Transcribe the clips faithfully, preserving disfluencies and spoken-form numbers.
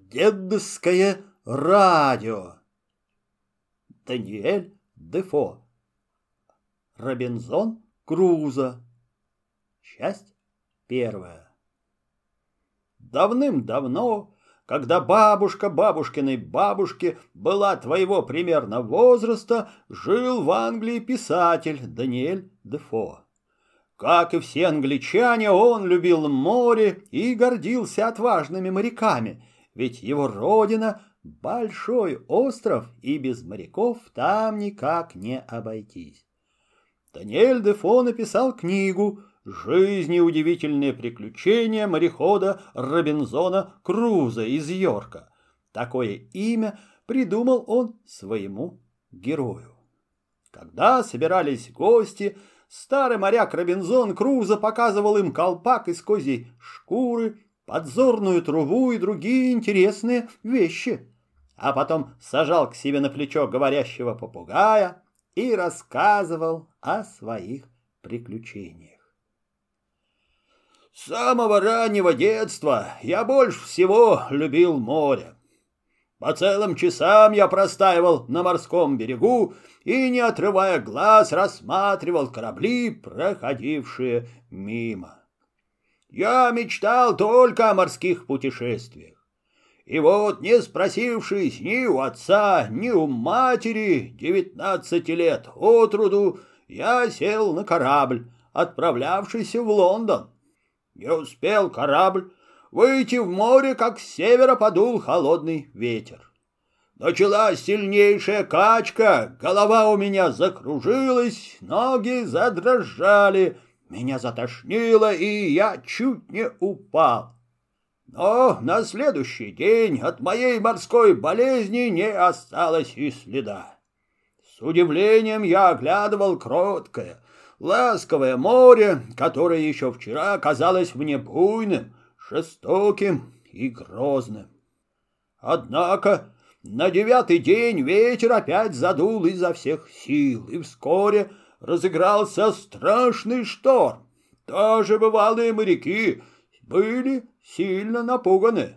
Дедовское радио. Даниэль Дефо. Робинзон Крузо. Часть первая. Давным-давно, когда бабушка бабушкиной бабушки была твоего примерно возраста, жил в Англии писатель Даниэль Дефо. Как и все англичане, он любил море и гордился отважными моряками, ведь его родина — большой остров, и без моряков там никак не обойтись. Даниэль Дефо написал книгу «Жизнь и удивительные приключения морехода Робинзона Крузо из Йорка». Такое имя придумал он своему герою. Когда собирались гости, старый моряк Робинзон Крузо показывал им колпак из козьей шкуры, подзорную трубу и другие интересные вещи, а потом сажал к себе на плечо говорящего попугая и рассказывал о своих приключениях. С самого раннего детства я больше всего любил море. По целым часам я простаивал на морском берегу и, не отрывая глаз, рассматривал корабли, проходившие мимо. Я мечтал только о морских путешествиях. И вот, не спросившись ни у отца, ни у матери, девятнадцати лет от роду, я сел на корабль, отправлявшийся в Лондон. Не успел корабль выйти в море, как с севера подул холодный ветер. Началась сильнейшая качка, голова у меня закружилась, ноги задрожали, меня затошнило, и я чуть не упал. Но на следующий день от моей морской болезни не осталось и следа. С удивлением я оглядывал кроткое, ласковое море, которое еще вчера казалось мне буйным, жестоким и грозным. Однако на девятый день ветер опять задул изо всех сил, и вскоре разыгрался страшный шторм. Даже бывалые моряки были сильно напуганы.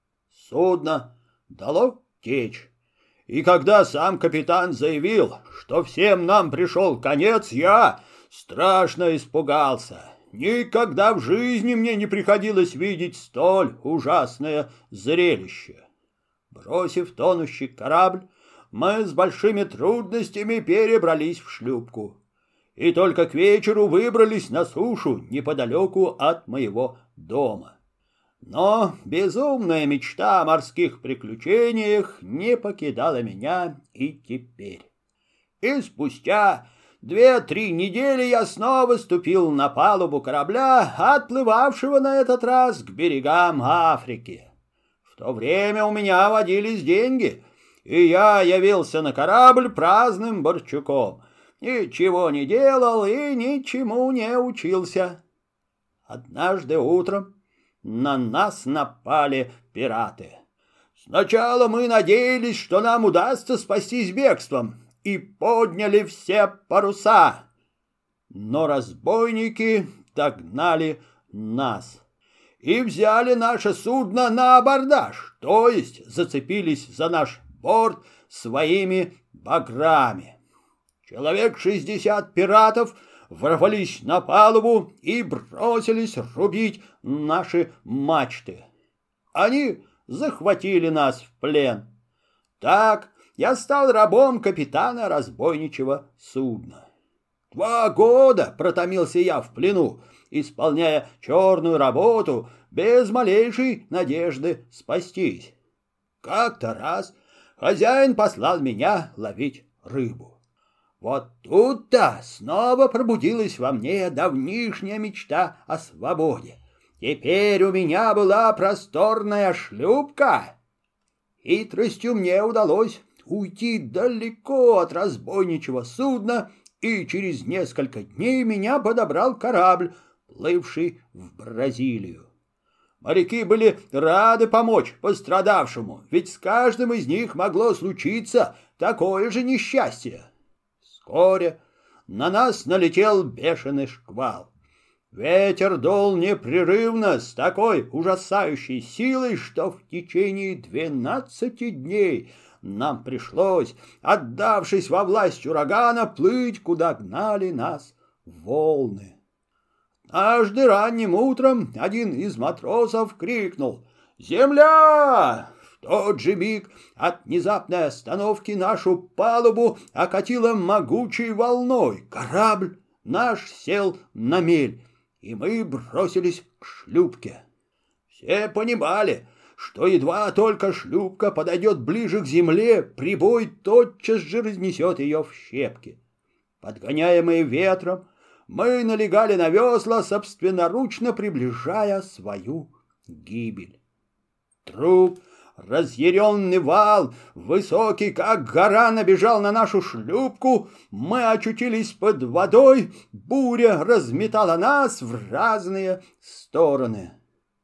Судно дало течь, и когда сам капитан заявил, что всем нам пришел конец, я страшно испугался. Никогда в жизни мне не приходилось видеть столь ужасное зрелище. Бросив тонущий корабль, мы с большими трудностями перебрались в шлюпку и только к вечеру выбрались на сушу неподалеку от моего дома. Но безумная мечта о морских приключениях не покидала меня и теперь. И спустя две-три недели я снова ступил на палубу корабля, отплывавшего на этот раз к берегам Африки. В то время у меня водились деньги, и я явился на корабль праздным Борчуком. Ничего не делал и ничему не учился. Однажды утром на нас напали пираты. Сначала мы надеялись, что нам удастся спастись бегством, и подняли все паруса. Но разбойники догнали нас и взяли наше судно на абордаж, то есть зацепились за наш борт своими баграми. Человек шестьдесят пиратов ворвались на палубу и бросились рубить наши мачты. Они захватили нас в плен. Так я стал рабом капитана разбойничьего судна. Два года протомился я в плену, исполняя черную работу без малейшей надежды спастись. Как-то раз хозяин послал меня ловить рыбу. Вот тут-то снова пробудилась во мне давнишняя мечта о свободе. Теперь у меня была просторная шлюпка. Хитростью мне удалось уйти далеко от разбойничьего судна, и через несколько дней меня подобрал корабль, плывший в Бразилию. Моряки были рады помочь пострадавшему, ведь с каждым из них могло случиться такое же несчастье. Вскоре на нас налетел бешеный шквал. Ветер дул непрерывно с такой ужасающей силой, что в течение двенадцати дней нам пришлось, отдавшись во власть урагана, плыть, куда гнали нас волны. Однажды ранним утром один из матросов крикнул «Земля!». В тот же миг от внезапной остановки нашу палубу окатило могучей волной. Корабль наш сел на мель, и мы бросились к шлюпке. Все понимали, что едва только шлюпка подойдет ближе к земле, прибой тотчас же разнесет ее в щепки. Подгоняемые ветром, мы налегали на весла, собственноручно приближая свою гибель. Труп, разъяренный вал, высокий, как гора, набежал на нашу шлюпку. Мы очутились под водой, буря разметала нас в разные стороны.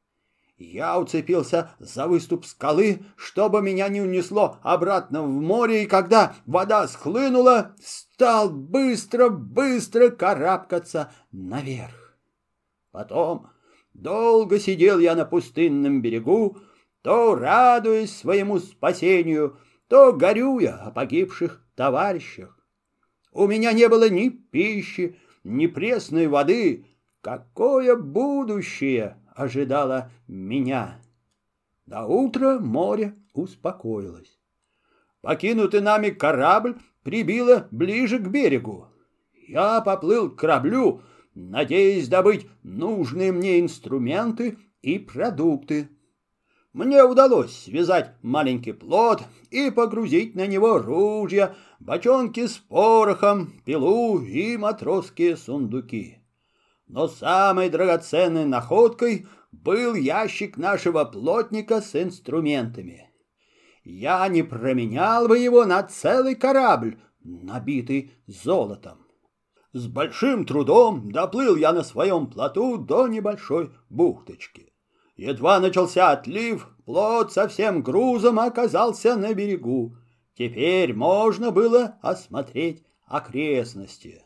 Я уцепился за выступ скалы, чтобы меня не унесло обратно в море, и когда вода схлынула, стал быстро-быстро карабкаться наверх. Потом долго сидел я на пустынном берегу, то радуясь своему спасению, то горюя о погибших товарищах. У меня не было ни пищи, ни пресной воды. Какое будущее ожидало меня? До утра море успокоилось. Покинутый нами корабль прибило ближе к берегу. Я поплыл к кораблю, надеясь добыть нужные мне инструменты и продукты. Мне удалось связать маленький плот и погрузить на него ружья, бочонки с порохом, пилу и матросские сундуки. Но самой драгоценной находкой был ящик нашего плотника с инструментами. Я не променял бы его на целый корабль, набитый золотом. С большим трудом доплыл я на своем плоту до небольшой бухточки. Едва начался отлив, плот со всем грузом оказался на берегу. Теперь можно было осмотреть окрестности.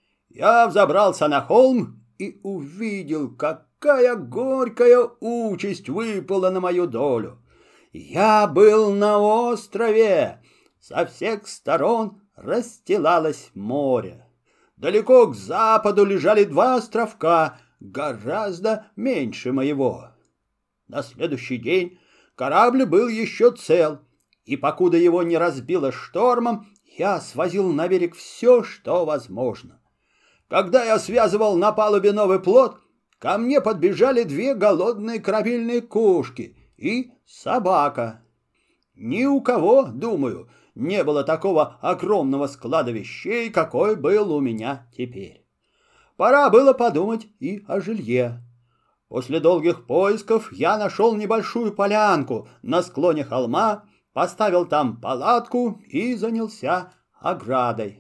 Я взобрался на холм и увидел, какая горькая участь выпала на мою долю. Я был на острове. Со всех сторон расстилалось море. Далеко к западу лежали два островка, гораздо меньше моего. На следующий день корабль был еще цел, и покуда его не разбило штормом, я свозил на берег все, что возможно. Когда я связывал на палубе новый плот, ко мне подбежали две голодные корабельные кошки и собака. Ни у кого, думаю, не было такого огромного склада вещей, какой был у меня теперь. Пора было подумать и о жилье. После долгих поисков я нашел небольшую полянку на склоне холма, поставил там палатку и занялся оградой.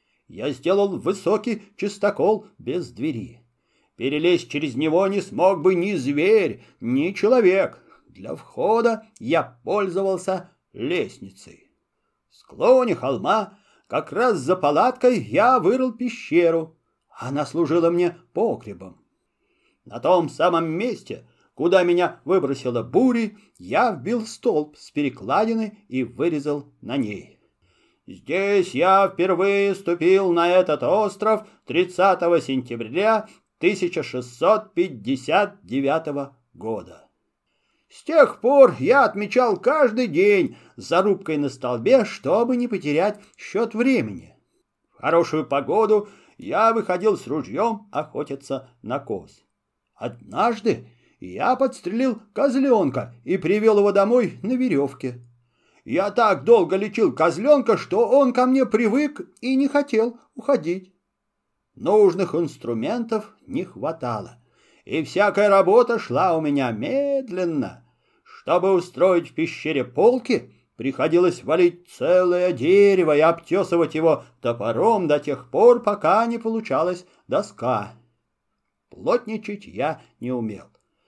Я сделал высокий чистокол без двери. Перелезть через него не смог бы ни зверь, ни человек. Для входа я пользовался лестницей. В склоне холма, как раз за палаткой, я вырыл пещеру. Она служила мне погребом. На том самом месте, куда меня выбросило бурей, я вбил столб с перекладины и вырезал на ней. Здесь я впервые ступил на этот остров тридцатого сентября тысяча шестьсот пятьдесят девятого года. С тех пор я отмечал каждый день зарубкой на столбе, чтобы не потерять счет времени. В хорошую погоду я выходил с ружьем охотиться на коз. Однажды я подстрелил козленка и привел его домой на веревке. Я так долго лечил козленка, что он ко мне привык и не хотел уходить. Нужных инструментов не хватало, и всякая работа шла у меня медленно. Чтобы устроить в пещере полки, приходилось валить целое дерево и обтесывать его топором до тех пор, пока не получалась доска. Плотничать я не умел.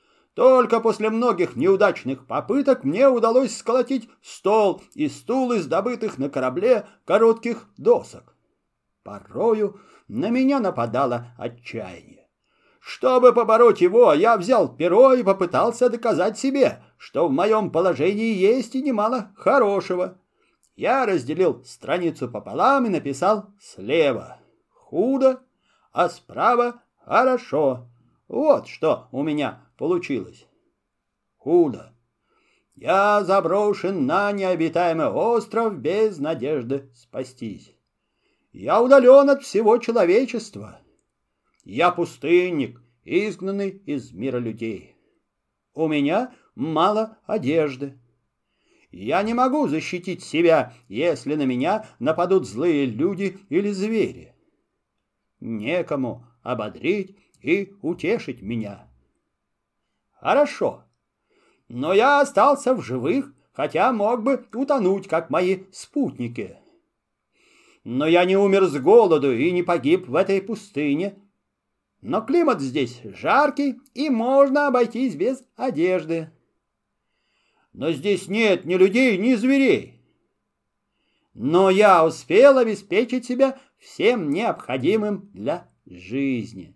Только после многих неудачных попыток мне удалось сколотить стол и стул из добытых на корабле коротких досок. Порою на меня нападало отчаяние. Чтобы побороть его, я взял перо и попытался доказать себе, что в моем положении есть и немало хорошего. Я разделил страницу пополам и написал слева «худо», а справа «хорошо». Вот что у меня получилось. Худо. Я заброшен на необитаемый остров без надежды спастись. Я удален от всего человечества. Я пустынник, изгнанный из мира людей. У меня мало одежды. Я не могу защитить себя, если на меня нападут злые люди или звери. Некому ободрить и утешить меня. Хорошо, но я остался в живых, хотя мог бы утонуть, как мои спутники. Но я не умер с голоду и не погиб в этой пустыне. Но климат здесь жаркий, и можно обойтись без одежды. Но здесь нет ни людей, ни зверей. Но я успел обеспечить себя всем необходимым для жизни.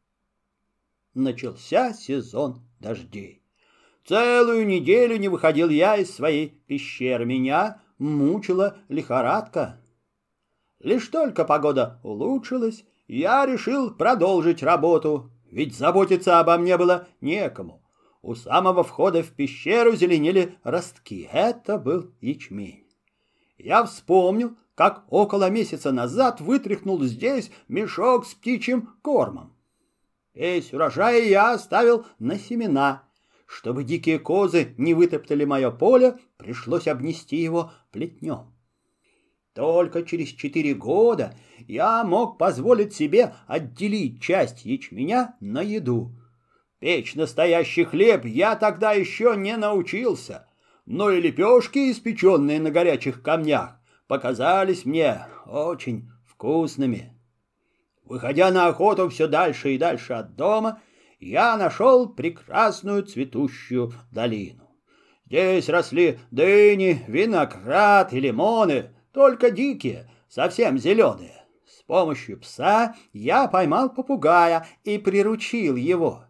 Начался сезон дождей. Целую неделю не выходил я из своей пещеры. Меня мучила лихорадка. Лишь только погода улучшилась, я решил продолжить работу, ведь заботиться обо мне было некому. У самого входа в пещеру зеленели ростки. Это был ячмень. Я вспомнил, как около месяца назад вытряхнул здесь мешок с птичьим кормом. Весь урожай я оставил на семена. Чтобы дикие козы не вытоптали мое поле, пришлось обнести его плетнем. Только через четыре года я мог позволить себе отделить часть ячменя на еду. Печь настоящий хлеб я тогда еще не научился, но и лепешки, испеченные на горячих камнях, показались мне очень вкусными. Выходя на охоту все дальше и дальше от дома, я нашел прекрасную цветущую долину. Здесь росли дыни, виноград и лимоны, только дикие, совсем зеленые. С помощью пса я поймал попугая и приручил его.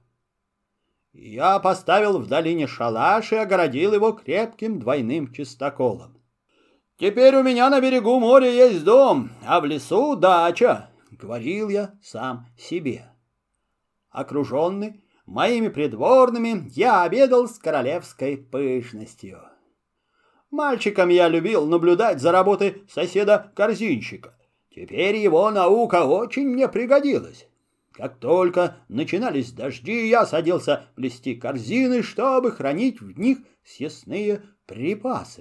Я поставил в долине шалаш и огородил его крепким двойным чистоколом. «Теперь у меня на берегу моря есть дом, а в лесу дача», — говорил я сам себе. Окруженный моими придворными, я обедал с королевской пышностью. Мальчиком я любил наблюдать за работой соседа-корзинщика. Теперь его наука очень мне пригодилась. Как только начинались дожди, я садился плести корзины, чтобы хранить в них съестные припасы.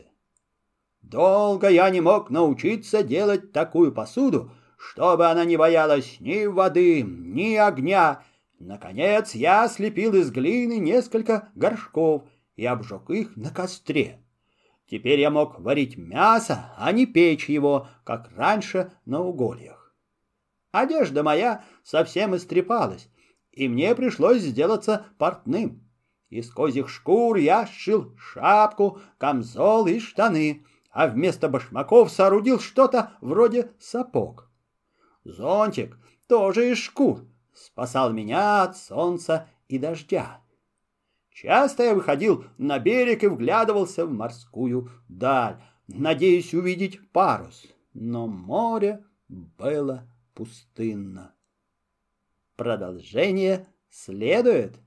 Долго я не мог научиться делать такую посуду, чтобы она не боялась ни воды, ни огня. Наконец я слепил из глины несколько горшков и обжег их на костре. Теперь я мог варить мясо, а не печь его, как раньше на угольях. Одежда моя совсем истрепалась, и мне пришлось сделаться портным. Из козьих шкур я сшил шапку, камзол и штаны, а вместо башмаков соорудил что-то вроде сапог. Зонтик, тоже из шкур, спасал меня от солнца и дождя. Часто я выходил на берег и вглядывался в морскую даль, надеясь увидеть парус, но море было пустынно. Продолжение следует.